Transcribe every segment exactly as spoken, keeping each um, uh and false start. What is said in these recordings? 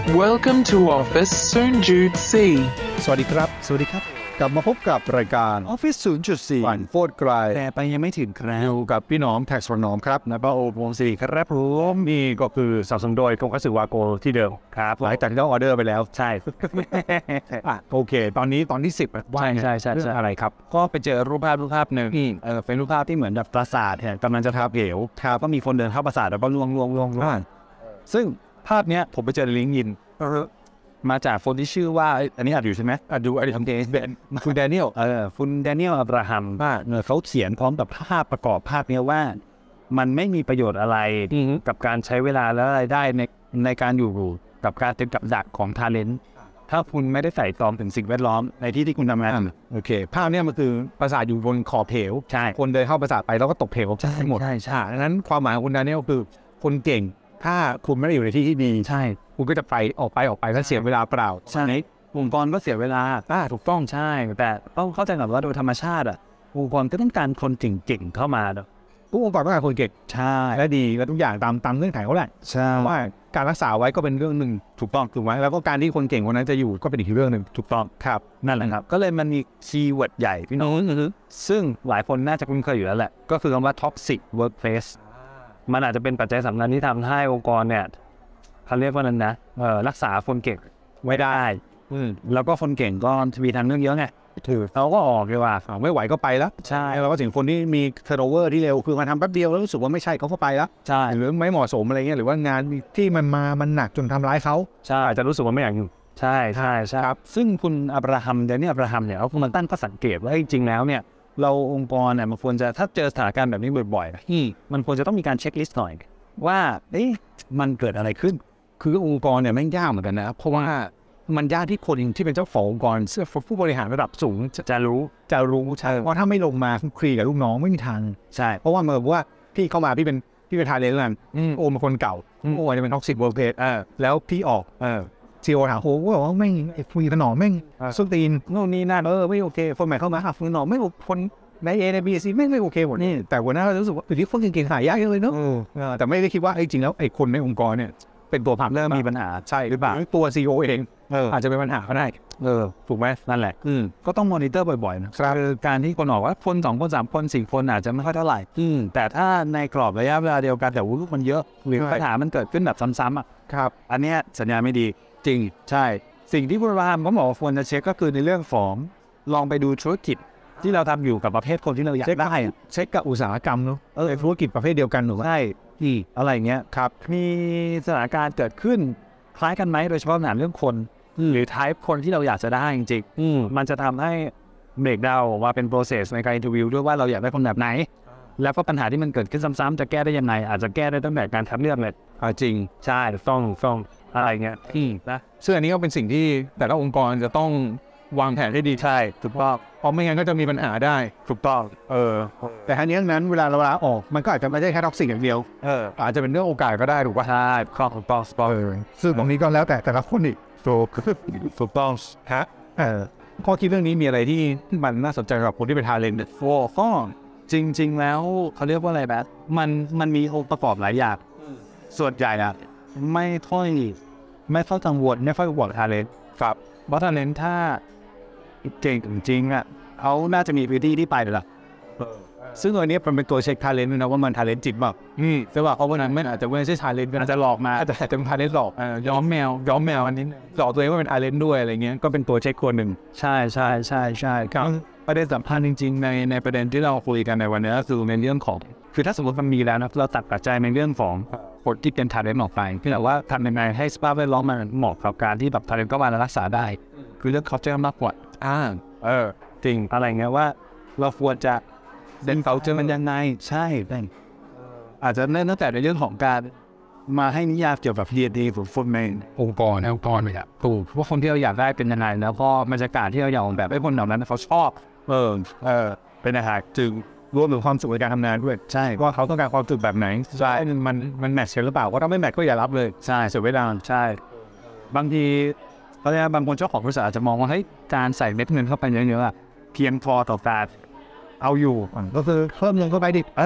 Welcome to Office Soon Jude C. สวัสดีครับสวัสดีครับกลับมาพบกับรายการ Office ศูนย์จุดสี่ ฝันโคตรไกลแต่ไปยังไม่ถึงครับอยู่กับพี่น้องแท็กซ์นอมครับนะป้าโอวงศรีครับผมนี่ก็คือสนับสนุนโดยกงคัตสึวาโกที่เดิมครับหลังจากที่เราออเดอร์ไปแล้วใช่ อ่ะโอเคตอนนี้ตอนที่สิบว่าใช่ใช่ใช่อะไรครับก็ไปเจอรูปภาพรูปภาพหนึ่งเออเป็นรูปภาพที่เหมือนแบบปราสาทเนี่ยกำลังจะทับเหวครับก็มีคนเดินเข้าปราสาทแล้วก็ล่วงล่วงล่วงล่วงซึ่งภาพเนี้ยผมไปเจอในลิงก์อินมาจากคนที่ชื่อว่าอันนี้อ่านอยู่ใช่ไหมอ่านดูอันนี้ทำเดนเป็นคุณแดเนียลเออคุณแดเนียลอับราฮัมว่าเขาเขียนพร้อมกับภาพประกอบภาพนี้ว่ามันไม่มีประโยชน์อะไรกับการใช้เวลาและรายได้ในในการอยู่กับการเป็นกับดักของทาเลนต์ถ้าคุณไม่ได้ใส่ตอมถึงสิ่งแวดล้อมในที่ที่คุณทำงานโอเคภาพนี้มันคือปราสาทอยู่บนขอบเหวใช่คนเดินเข้าปราสาทไปแล้วก็ตกเหวใช่หมดใช่ใช่ดังนั้นความหมายของคุณแดเนียลคือคนเก่งถ้าคุณไม่ได้อยู่ในที่ที่ดีใช่คุณก็จะไปออกไปออกไปแล้วเสียเวลาเปล่าใช่องค์กรก็เสียเวลาอ่าถูกต้องใช่แต่ต้องเข้าใจก่อนว่าโดยธรรมชาติอ่ะองค์กรก็ต้องการคนเก่งๆเข้ามาทุกองค์กรต้องการคนเก่งใช่และดีและทุกอย่างตามตามเงื่อนไขเขาแหละใช่ว่าการรักษาไว้ก็เป็นเรื่องหนึ่งถูกต้องถูกไหมแล้วก็การที่คนเก่งคนนั้นจะอยู่ก็เป็นอีกเรื่องหนึ่งถูกต้องครับนั่นแหละครับก็เลยมันมีคีย์เวิร์ดใหญ่พี่น้องซึ่งหลายคนน่าจะคุ้นเคยอยู่แล้วแหละก็คือคำว่า toxic workplaceมันอาจจะเป็นปัจจัยสำคัญที่ทำให้องค์กรเนี่ยเขาเรียกว่านั้นนะเออรักษาคนเก่งไว้ได้แล้วก็คนเก่งก็มีทางเรื่องเยอะไงถือเราก็ออกเลยว่าไม่ไหวก็ไปแล้วใช่เราก็ถึงคนที่มีเทอร์โนเวอร์ที่เร็วคือมาทำแป๊บเดียวแล้วรู้สึกว่าไม่ใช่เขาก็ไปแล้วใช่หรือไม่เหมาะสมอะไรเงี้ยหรือว่างานที่มันมามันหนักจนทำร้ายเขาใช่อาจจะรู้สึกว่าไม่อยากอยู่ใช่ใช่ใช่ครับซึ่งคุณอับราฮัมเดนนี่อับราฮัมเนี่ยเขาคงมาตั้งข้อสังเกตว่าจริงๆแล้วเนี่ยเราองค์กรเนี่ยมันควรจะถ้าเจอสถานการณ์แบบนี้บ่อยๆที่มันควรจะต้องมีการเช็คลิสต์หน่อยว่าเอ๊ะมันเกิดอะไรขึ้นคือองค์กรเนี่ยไม่ยากเหมือนกันนะเพราะว่ามันยากที่คนที่เป็นเจ้าขององค์กรเสื้อผู้บริหารระดับสูงจะรู้จะรู้ใช่เพราะถ้าไม่ลงมาคุยกับลูกน้องไม่มีทางใช่เพราะว่าเมื่อว่าพี่เข้ามาพี่เป็นพี่เป็นทาเลนต์กันโอ้เป็นคนเก่าโอ้จะเป็นท็อกซิกเวิร์คเพลสแล้วพี่ออกซีโอถามโอ้โหว่าแม่งคุยกันหนอแม่งส้นตีนโน่นนี่นั่นเออไม่โอเคคนใหม่เข้ามาคุยหนอไม่คนในเอในบีซีไม่ไม่โอเคหมดนี่แต่หัวหน้ารู้สึกว่าที่คนเก่งๆหายากเลยเนาะแต่ไม่ได้คิดว่าจริงแล้วไอ้คนในองค์กรเนี่ยเป็นตัวผลักเริ่มมีปัญหาใช่หรือเปล่าตัวซีอีโอเองอาจจะเป็นปัญหาก็ได้เออถูกไหมนั่นแหละอืมก็ต้องมอนิเตอร์บ่อยๆนะครับการที่คนออกว่าคนสองคนสามคนสี่คนอาจจะไม่ค่อยเท่าไหร่อืมแต่ถ้าในกรอบระยะเวลาเดียวกันแต่ลูกมันเยอะหรือปัญหามันเกิดขึ้นแบบซ้ำๆอ่ะครับอันเนี้ยสัญญาณไม่ดีจริงใช่สิ่งที่คุณวามก็บอกว่าควรจะเช็คก็คือในเรื่องของลองไปดูธุรกิจที่เราทำอยู่กับประเภทคนที่เราอยากได้เช็คกับอุตสาหกรรมเนาะเออธุรกิจประเภทเดียวกันหรือใช่ที่อะไรเงี้ยครับมีสถานการณ์เกิดขึ้นคล้ายกันไหมโดยเฉพาะในเรื่องคนหรือ type คนที่เราอยากจะได้จริงๆมันจะทำให้เบรกดาวน์ว่าเป็น process ในการ interview ด้วยว่าเราอยากได้คนแบบไหนแล้วก็ปัญหาที่มันเกิดขึ้นซ้ำๆจะแก้ได้ยังไงอาจจะแก้ได้ตั้งแต่การคัดเลือกเลยจริงใช่ต้องต้องอะไรเงี้ยนะซึ่งอันนี้ก็เป็นสิ่งที่แต่ละองค์กรจะต้องวางแผนให้ดีใช่ถูกต้องเพราะไม่งั้นก็จะมีปัญหาได้ถูกต้องเออแต่ทั้งนี้ทั้งนั้นเวลาเราลาออกมันก็อาจจะไม่ใช่แค่ท็อกซิกอย่างเดียวเอออาจจะเป็นเรื่องโอกาสก็ได้ถูกป่ะใช่ถูกต้องถูกต้องซึ่งตรงนี้ก็แล้วแต่แต่ละคนอีกถูกถูกต้องฮะเออข้อคิดเรื่องนี้มีอะไรที่มันน่าสนใจสำหรับคนที่เป็นทาเลนต์โอ้ก็จริงๆแล้วเขาเรียกว่าอะไรแบบมันมันมีองค์ประกอบหลายอย่างส่วนใหญ่อะไม่ค่อยไม่ค่อยกังวลไม่ค่อยกังวลทาเลนต์ครับเพราะทาเลนต์ถ้าเก่งจริงอ่ะเขาน่าจะมีพื้นที่ที่ไปเลยล่ะซึ่งตัวนี้มันเป็นตัวเช็คทาเลนต์นะว่ามันทาเลนต์จริงเปล่าอืมแต่ว่าเพราะว่านั้นไม่อาจจะไม่ใช่ทาเลนต์อาจจะหลอกมาอาจจะเป็นทาเลนต์หลอกย้อมแมวย้อมแมวอันนี้หลอกตัวเองว่าเป็นทาเลนต์ด้วยอะไรเงี้ยก็เป็นตัวเช็คคนหนึ่งใช่ใช่ใช่ใช่ครับประเด็นสำคัญจริงๆในในประเด็นที่เราคุยกันในวันนี้ก็คือในเรื่องของคือถ้าสมมติมันมีแล้วนะเราตัดปัจจัยในเรื่องของคนที่เป็นทาเลนต์ออกไปคือแต่ว่าทำยังไงให้สภาพแวดล้อมมันเหมาะกับการที่แบบทาเลนต์ก็มารักษาได้คือเรื่อง culture มากกว่าอ่าเออจริงอะไรเงี้ยว่าเราควรจะเด่น culture มันยังไงใช่ได้อาจจะเริ่มตั้งแต่ในเรื่องของการมาให้นิยามเกี่ยวกับ ดี เอ็น เอ ของคนในองค์กรองค์กรเลยอะถูกว่าคนที่เราอยากได้เป็นยังไงแล้วก็บรรยากาศที่เราอยากออกแบบให้คนเหล่านั้นเขาชอบเออเออเป็นอาหารจึงรวมถึงความสุขในการทำงานด้วยใช่ว่าเขาต้องการความสุขแบบไหนใช่มันมันแมทช์กันหรือเปล่าก็ถ้าไม่แมทช์ก็อย่ารับเลยใช่เสียเวลาใช่บางทีเพราะฉะนั้นบางคนเจ้าของบริษัทอาจจะมองว่าเฮ้ยการใส่เม็ดเงินเข้าไปเยอะๆเพียงพอต่อการเอาอยู่ก็คือเพิ่มเงินเข้าไปดิเออ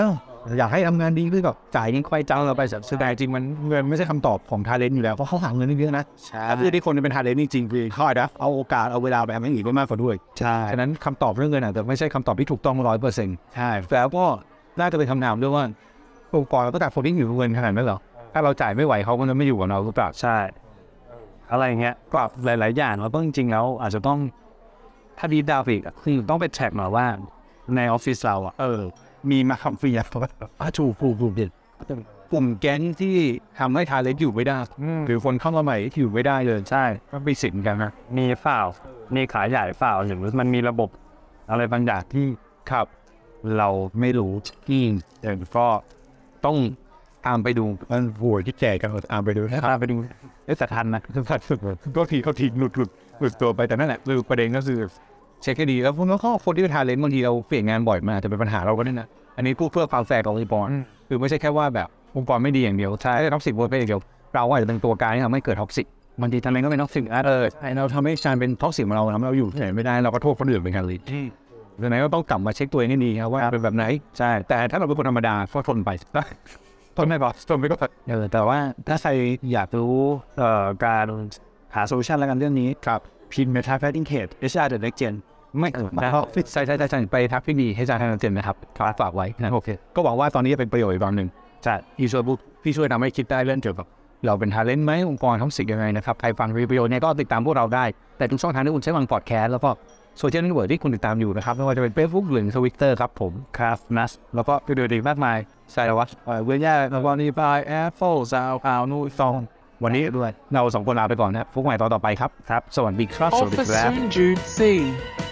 อยากให้ทำงานดีขึ้นกับจ่ายเงินควายจังเราไปแสดงจริงมันเงินไม่ใช่คำตอบของทาเลนต์อยู่แล้วเพราะเขาหาเงินเยอะนะใช่คือที่คนเป็นทาเลนต์จริงๆคือเขาอาจจะเอาโอกาสเอาเวลาไปทำอย่างอื่นได้มากกว่าด้วยใช่ฉะนั้นคำตอบเรื่องเงินอาจจะไม่ใช่คำตอบที่ถูกต้องร้อยเปอร์เซ็นต์ใช่แล้วก็น่าจะเป็นคำถามด้วยว่าองค์กรเราต้องการคนที่อยู่เงินขนาดนั้นเหรอถ้าเราจ่ายไม่ไหวเขาก็จะไม่อยู่กับเราหรือเปล่าใช่อะไรเงี้ยก็หลายๆอย่างเราต้องจริงๆแล้วอาจจะต้องถ้าดีดาฟิกคือต้องไปแท็กหน่อยว่าในออฟฟิศเราอ่ะเออมีมาคำฟรีอะอ่ะถูกถูกถูกเด็ดกลุ่มแก๊งที่ทำให้ทาเลนต์อยู่ไม่ได้หรือคนเข้ามาใหม่ที่อยู่ไม่ได้เลยใช่ก็ไปสินกันนะมีฝ่าวมีขายใหญ่ฝ่าวหรือมันมีระบบอะไรบางอย่างที่ครับเราไม่รู้ที่แต่ก็ต้องตามไปดูมันโหยที่แจกกันตามไปดูตามไปดูเอ๊ะแต่ทันนะก็ทีเขาทิ้งหลุดหลุดหลุดตัวไปแต่นั่นแหละคือประเด็นก็คือเช็คให้ดีแล้วพวกน้องคนที่เป็นทาเลนต์บางทีเราเปลี่ยนงานบ่อยมันอาจจะเป็นปัญหาเราก็ได้นะอันนี้พูดเพื่อความแฟร์ขององค์กรคือไม่ใช่แค่ว่าแบบองค์กรไม่ดีอย่างเดียวใช่ท็อกซิกเวิร์คไปอย่างเดียวเราอาจจะเป็นตัวการที่ทำให้เกิดท็อกซิกบางทีทาเลนต์ก็เป็นท็อกซิกเออใช่เราทำให้ชานเป็นท็อกซิกมาเราทำให้เราอยู่ที่ไหนไม่ได้เราก็โทษคนอื่นเป็นการลีดดังนั้นก็ต้องกลับมาเช็คตัวเองให้ดีครับว่าเป็นแบบไหนใช่แต่ถ้าเราเป็นคนธรรมดาก็ทนไปทนไม่พอทนไปก็เออแต่ว่าถ้าใครอยากรู้เอ่อการหาโซลูชันแล้วกันเรื่องนี้ครับพิมพ์เมทาแฟตติ้งเคด เอช อาร์ The Next Gen ไม่เออใช่ใช่ใช่ใช่ไปทักพี่ดีให้อาจารย์ทางเจนนะครับฝากไว้นะโอเคก็หวังว่าตอนนี้จะเป็นประโยชน์อีกตอนหนึ่งจะอีช่วยบุ๊พี่ช่วยทำให้คิดได้เรื่องเกี่ยวกับเราเป็นทาเลนต์ไหมองค์กรท็อกซิกยังไงนะครับใครฟังรีวิวเนี่ยก็ติดตามพวกเราได้แต่ทุกช่องทางที่คุณใช้ฟังพอดแคสต์แล้วก็โซเชียลเน็ตเวิร์กที่คุณติดตามอยู่นะครับไม่ว่าจะเป็น Facebook หรือ Twitter ครับผมครับนัสแล้วก็วิดีโอดีมากมายใช่แล้ววะเวียนแย่แล้วก็นี่ไปแอปเปิลซาวคลาวนูซองวันนี้ด้วยเราสองคนลาไปก่อนนะครับพบกันใหม่ตอนต่อไปครับครับสวัสดีครับสวัสดี Office ครับ Soon Jude C